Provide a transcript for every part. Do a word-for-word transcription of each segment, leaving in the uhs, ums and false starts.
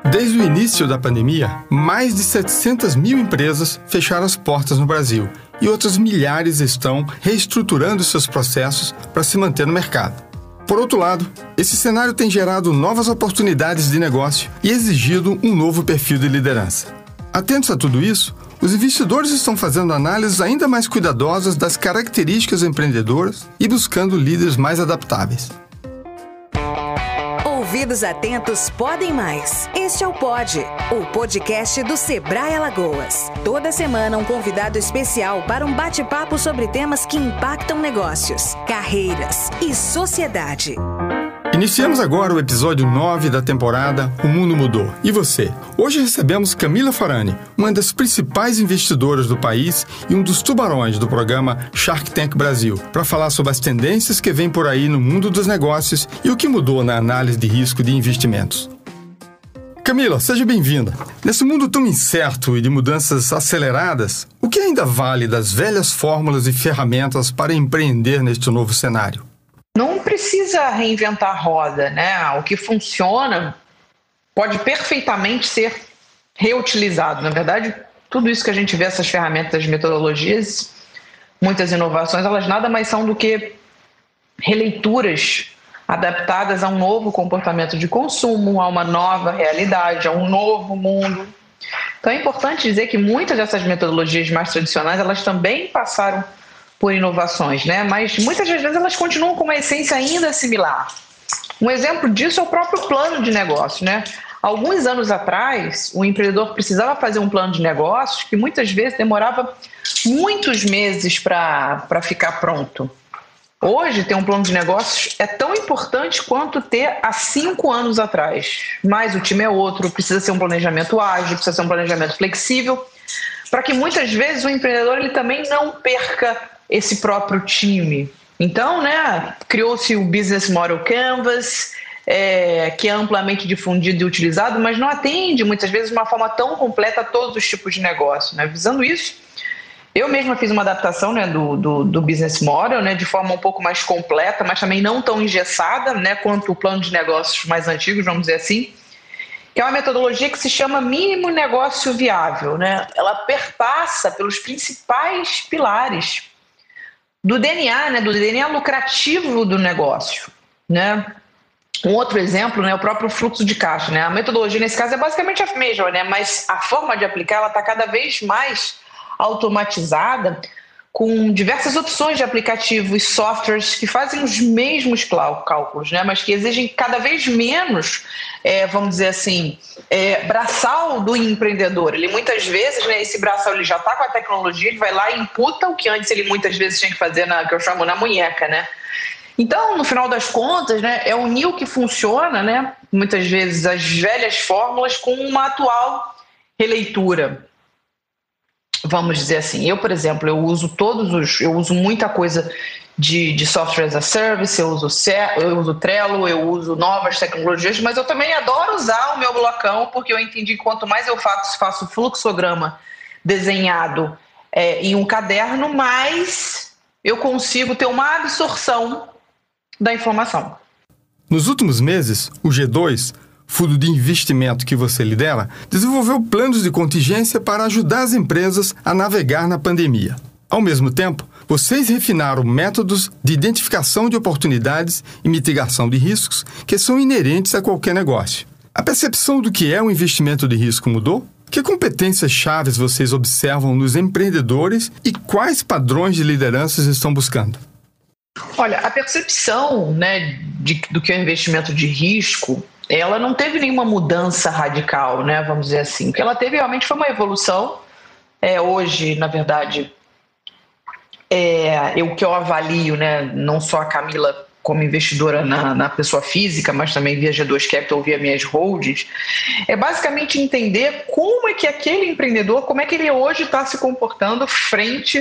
Desde o início da pandemia, mais de setecentas mil empresas fecharam as portas no Brasil e outras milhares estão reestruturando seus processos para se manter no mercado. Por outro lado, esse cenário tem gerado novas oportunidades de negócio e exigido um novo perfil de liderança. Atentos a tudo isso, os investidores estão fazendo análises ainda mais cuidadosas das características empreendedoras e buscando líderes mais adaptáveis. Ouvidos atentos podem mais. Este é o Pod, o podcast do Sebrae Alagoas. Toda semana um convidado especial para um bate-papo sobre temas que impactam negócios, carreiras e sociedade. Iniciamos agora o episódio nove da temporada O Mundo Mudou. E você? Hoje recebemos Camila Farani, uma das principais investidoras do país e um dos tubarões do programa Shark Tank Brasil, para falar sobre as tendências que vêm por aí no mundo dos negócios e o que mudou na análise de risco de investimentos. Camila, seja bem-vinda. Nesse mundo tão incerto e de mudanças aceleradas, o que ainda vale das velhas fórmulas e ferramentas para empreender neste novo cenário? Não precisa reinventar a roda, né? O que funciona pode perfeitamente ser reutilizado. Na verdade, tudo isso que a gente vê, essas ferramentas, metodologias, muitas inovações, elas nada mais são do que releituras adaptadas a um novo comportamento de consumo, a uma nova realidade, a um novo mundo. Então é importante dizer que muitas dessas metodologias mais tradicionais, elas também passaram por inovações, né? Mas muitas das vezes elas continuam com uma essência ainda similar. Um exemplo disso é o próprio plano de negócio, né? Alguns anos atrás, o empreendedor precisava fazer um plano de negócios que muitas vezes demorava muitos meses para para ficar pronto. Hoje, ter um plano de negócios é tão importante quanto ter há cinco anos atrás. Mas o time é outro, precisa ser um planejamento ágil, precisa ser um planejamento flexível, para que muitas vezes o empreendedor ele também não perca esse próprio time. Então, né, criou-se o Business Model Canvas, é, que é amplamente difundido e utilizado, mas não atende muitas vezes de uma forma tão completa a todos os tipos de negócio, né? Visando isso, eu mesma fiz uma adaptação, né, do, do, do Business Model, né, de forma um pouco mais completa, mas também não tão engessada, né, quanto o plano de negócios mais antigos, vamos dizer assim, que é uma metodologia que se chama Mínimo Negócio Viável, né? Ela perpassa pelos principais pilares do D N A, né, do D N A lucrativo do negócio, né? Um outro exemplo, né, é o próprio fluxo de caixa, né? A metodologia nesse caso é basicamente a mesma, né, mas a forma de aplicar ela está cada vez mais automatizada, com diversas opções de aplicativos, softwares que fazem os mesmos cálculos, né, mas que exigem cada vez menos, é, vamos dizer assim, é, braçal do empreendedor. Ele muitas vezes, né, esse braçal ele já está com a tecnologia, ele vai lá e imputa o que antes ele muitas vezes tinha que fazer, na, que eu chamo na munheca, né? Então, no final das contas, né, é unir o que funciona, né, muitas vezes as velhas fórmulas com uma atual releitura. Vamos dizer assim, eu, por exemplo, eu uso todos os, eu uso muita coisa de, de software as a service, eu uso, eu uso Trello, eu uso novas tecnologias, mas eu também adoro usar o meu blocão, porque eu entendi que quanto mais eu faço, faço fluxograma desenhado é, em um caderno, mais eu consigo ter uma absorção da informação. Nos últimos meses, o G dois, fundo de investimento que você lidera, desenvolveu planos de contingência para ajudar as empresas a navegar na pandemia. Ao mesmo tempo, vocês refinaram métodos de identificação de oportunidades e mitigação de riscos que são inerentes a qualquer negócio. A percepção do que é um investimento de risco mudou? Que competências chaves vocês observam nos empreendedores e quais padrões de lideranças estão buscando? Olha, a percepção, né, de, do que é um investimento de risco, ela não teve nenhuma mudança radical, né, vamos dizer assim. O que ela teve realmente foi uma evolução. É, hoje, na verdade, é, eu, o que eu avalio, né, não só a Camila como investidora na, na pessoa física, mas também via G dois Capital, via minhas holdings, é basicamente entender como é que aquele empreendedor, como é que ele hoje está se comportando frente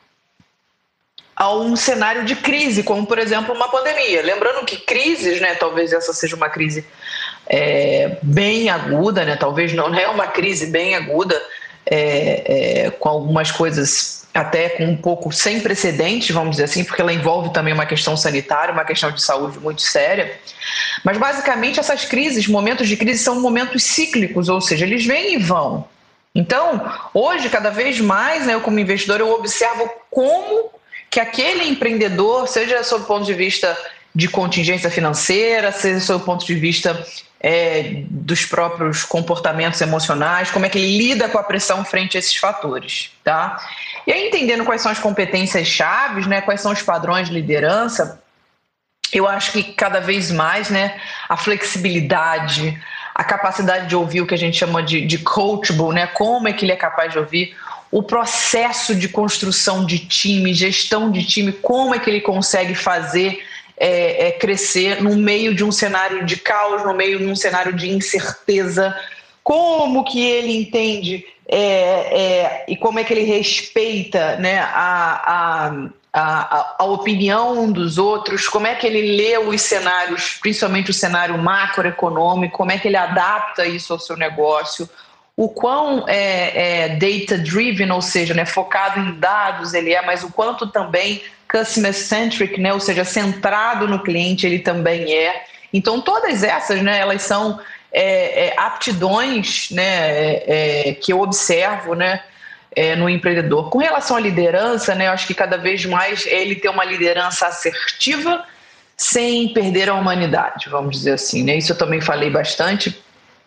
a um cenário de crise, como, por exemplo, uma pandemia. Lembrando que crises, né, talvez essa seja uma crise é, bem aguda, né, talvez não, não é uma crise bem aguda, é, é, com algumas coisas até com um pouco sem precedentes, vamos dizer assim, porque ela envolve também uma questão sanitária, uma questão de saúde muito séria. Mas, basicamente, essas crises, momentos de crise, são momentos cíclicos, ou seja, eles vêm e vão. Então, hoje, cada vez mais, né, eu como investidor, eu observo como que aquele empreendedor, seja sob o ponto de vista de contingência financeira, seja sob o ponto de vista é, dos próprios comportamentos emocionais, como é que ele lida com a pressão frente a esses fatores, tá? E aí, entendendo quais são as competências chaves, né, quais são os padrões de liderança, eu acho que cada vez mais, né, a flexibilidade, a capacidade de ouvir o que a gente chama de, de coachable, né, como é que ele é capaz de ouvir, o processo de construção de time, gestão de time, como é que ele consegue fazer é, é, crescer no meio de um cenário de caos, no meio de um cenário de incerteza, como que ele entende é, é, e como é que ele respeita, né, a, a, a, a opinião dos outros, como é que ele lê os cenários, principalmente o cenário macroeconômico, como é que ele adapta isso ao seu negócio, o quão é, é data-driven, ou seja, né, focado em dados ele é, mas o quanto também customer-centric, né, ou seja, centrado no cliente ele também é. Então, todas essas, né, elas são é, é, aptidões, né, é, é, que eu observo, né, é, no empreendedor. Com relação à liderança, né, eu acho que cada vez mais ele tem uma liderança assertiva sem perder a humanidade, vamos dizer assim, né? Isso eu também falei bastante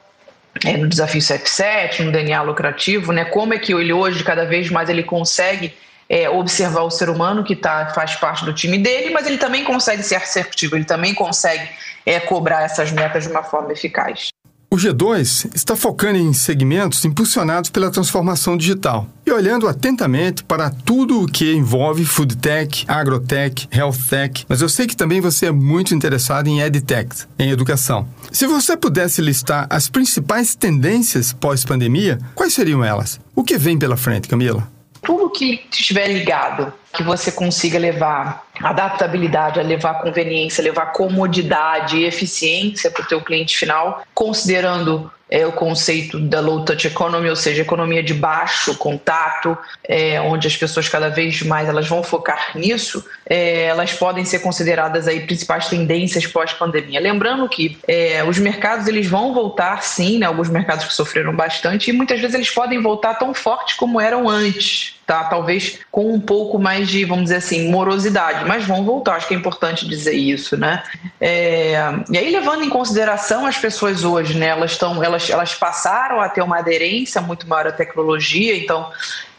É, no Desafio C F sete, no D N A Lucrativo, né? Como é que ele hoje, cada vez mais, ele consegue é, observar o ser humano que tá, faz parte do time dele, mas ele também consegue ser assertivo, ele também consegue é, cobrar essas metas de uma forma eficaz. O G dois está focando em segmentos impulsionados pela transformação digital e olhando atentamente para tudo o que envolve food tech, agrotech, health tech, mas eu sei que também você é muito interessado em edtech, em educação. Se você pudesse listar as principais tendências pós-pandemia, quais seriam elas? O que vem pela frente, Camila? Tudo que estiver ligado, que você consiga levar adaptabilidade, a levar conveniência, levar comodidade e eficiência para o teu cliente final, considerando é, o conceito da low touch economy, ou seja, economia de baixo contato, é, onde as pessoas cada vez mais elas vão focar nisso, é, elas podem ser consideradas aí principais tendências pós-pandemia. Lembrando que é, os mercados eles vão voltar sim, né, alguns mercados que sofreram bastante, e muitas vezes eles podem voltar tão fortes como eram antes, tá? Talvez com um pouco mais de, vamos dizer assim, morosidade, mas vão voltar, acho que é importante dizer isso, né? É, e aí, levando em consideração as pessoas hoje, né, elas, tão, elas, elas passaram a ter uma aderência muito maior à tecnologia, então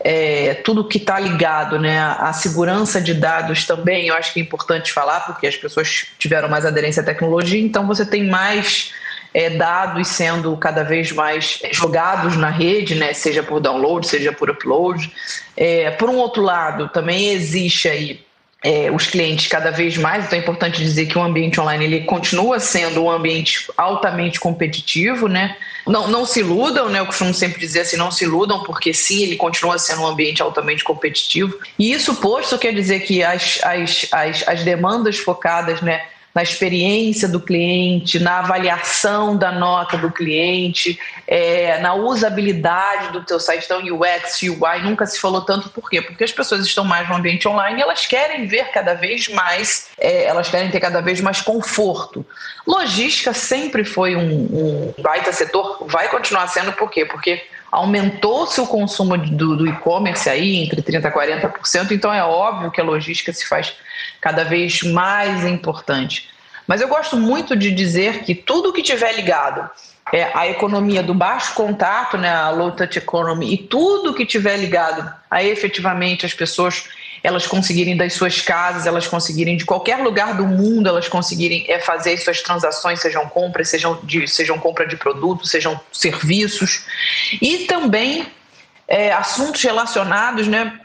é, tudo que está ligado, né, à segurança de dados também, eu acho que é importante falar, porque as pessoas tiveram mais aderência à tecnologia, então você tem mais É, dados sendo cada vez mais jogados na rede, né, seja por download, seja por upload. É, por um outro lado, também existe aí é, os clientes cada vez mais, então é importante dizer que o ambiente online ele continua sendo um ambiente altamente competitivo, né? Não, não se iludam, né? Eu costumo sempre dizer assim, não se iludam, porque sim, ele continua sendo um ambiente altamente competitivo. E isso posto quer dizer que as, as, as, as demandas focadas, né, na experiência do cliente, na avaliação da nota do cliente, é, na usabilidade do teu site. Então, U X, U I, nunca se falou tanto. Por quê? Porque as pessoas estão mais no ambiente online e elas querem ver cada vez mais, é, elas querem ter cada vez mais conforto. Logística sempre foi um, um baita setor, vai continuar sendo. Por quê? Porque aumentou-se o consumo do, do e-commerce aí entre trinta por cento a quarenta por cento, então é óbvio que a logística se faz cada vez mais importante. Mas eu gosto muito de dizer que tudo que tiver ligado é, à economia do baixo contato, né, a low touch economy, e tudo que tiver ligado a efetivamente as pessoas elas conseguirem das suas casas, elas conseguirem de qualquer lugar do mundo, elas conseguirem é, fazer as suas transações, sejam compras, sejam, de, sejam compra de produtos, sejam serviços, e também é, assuntos relacionados, né,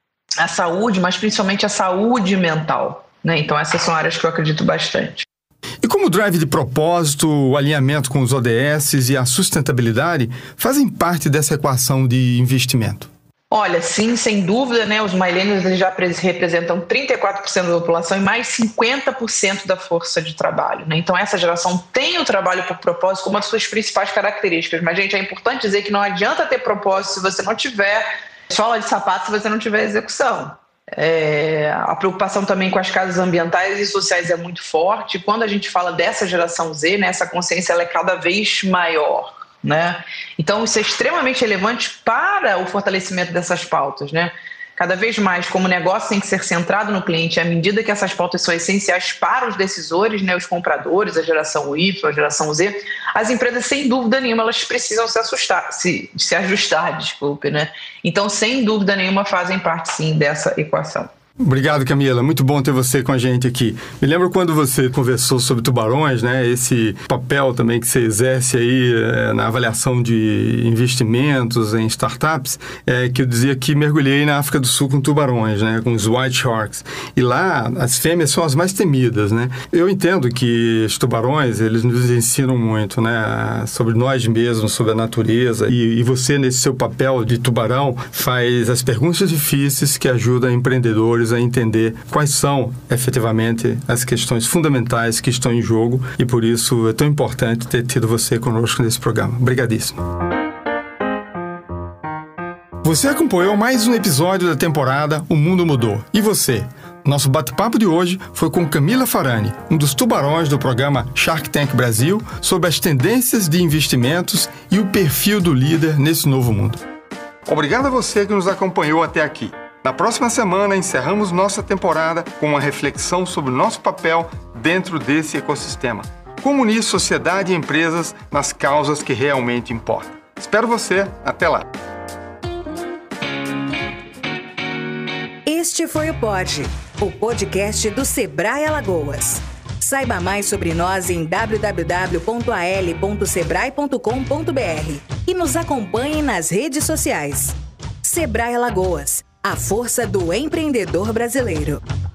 à saúde, mas principalmente à saúde mental, né? Então essas são áreas que eu acredito bastante. E como o drive de propósito, o alinhamento com os O D S e a sustentabilidade fazem parte dessa equação de investimento? Olha, sim, sem dúvida, né? Os millennials eles já representam trinta e quatro por cento da população e mais cinquenta por cento da força de trabalho, né? Então essa geração tem o trabalho por propósito como uma das suas principais características. Mas, gente, é importante dizer que não adianta ter propósito se você não tiver sola de sapato se você não tiver execução. É, a preocupação também com as causas ambientais e sociais é muito forte. Quando a gente fala dessa geração Z, né, essa consciência ela é cada vez maior, né? Então isso é extremamente relevante para o fortalecimento dessas pautas, né? Cada vez mais, como o negócio tem que ser centrado no cliente, à medida que essas pautas são essenciais para os decisores, né, os compradores, a geração Y, a geração Z, as empresas, sem dúvida nenhuma, elas precisam se, assustar, se, se ajustar, desculpe, né? Então, sem dúvida nenhuma, fazem parte, sim, dessa equação. Obrigado, Camila. Muito bom ter você com a gente aqui. Me lembro quando você conversou sobre tubarões, né? Esse papel também que você exerce aí é, na avaliação de investimentos em startups, é, que eu dizia que mergulhei na África do Sul com tubarões, né? Com os white sharks. E lá, as fêmeas são as mais temidas, né? Eu entendo que os tubarões, eles nos ensinam muito, né? Sobre nós mesmos, sobre a natureza. E, e você, nesse seu papel de tubarão, faz as perguntas difíceis que ajudam empreendedores a entender quais são, efetivamente, as questões fundamentais que estão em jogo e, por isso, é tão importante ter tido você conosco nesse programa. Obrigadíssimo. Você acompanhou mais um episódio da temporada O Mundo Mudou. E você? Nosso bate-papo de hoje foi com Camila Farani, um dos tubarões do programa Shark Tank Brasil, sobre as tendências de investimentos e o perfil do líder nesse novo mundo. Obrigado a você que nos acompanhou até aqui. Na próxima semana, encerramos nossa temporada com uma reflexão sobre o nosso papel dentro desse ecossistema. Como unir sociedade e empresas nas causas que realmente importam. Espero você. Até lá. Este foi o Pod, o podcast do Sebrae Alagoas. Saiba mais sobre nós em w w w ponto a l ponto sebrae ponto com ponto b r e nos acompanhe nas redes sociais. Sebrae Alagoas. A força do empreendedor brasileiro.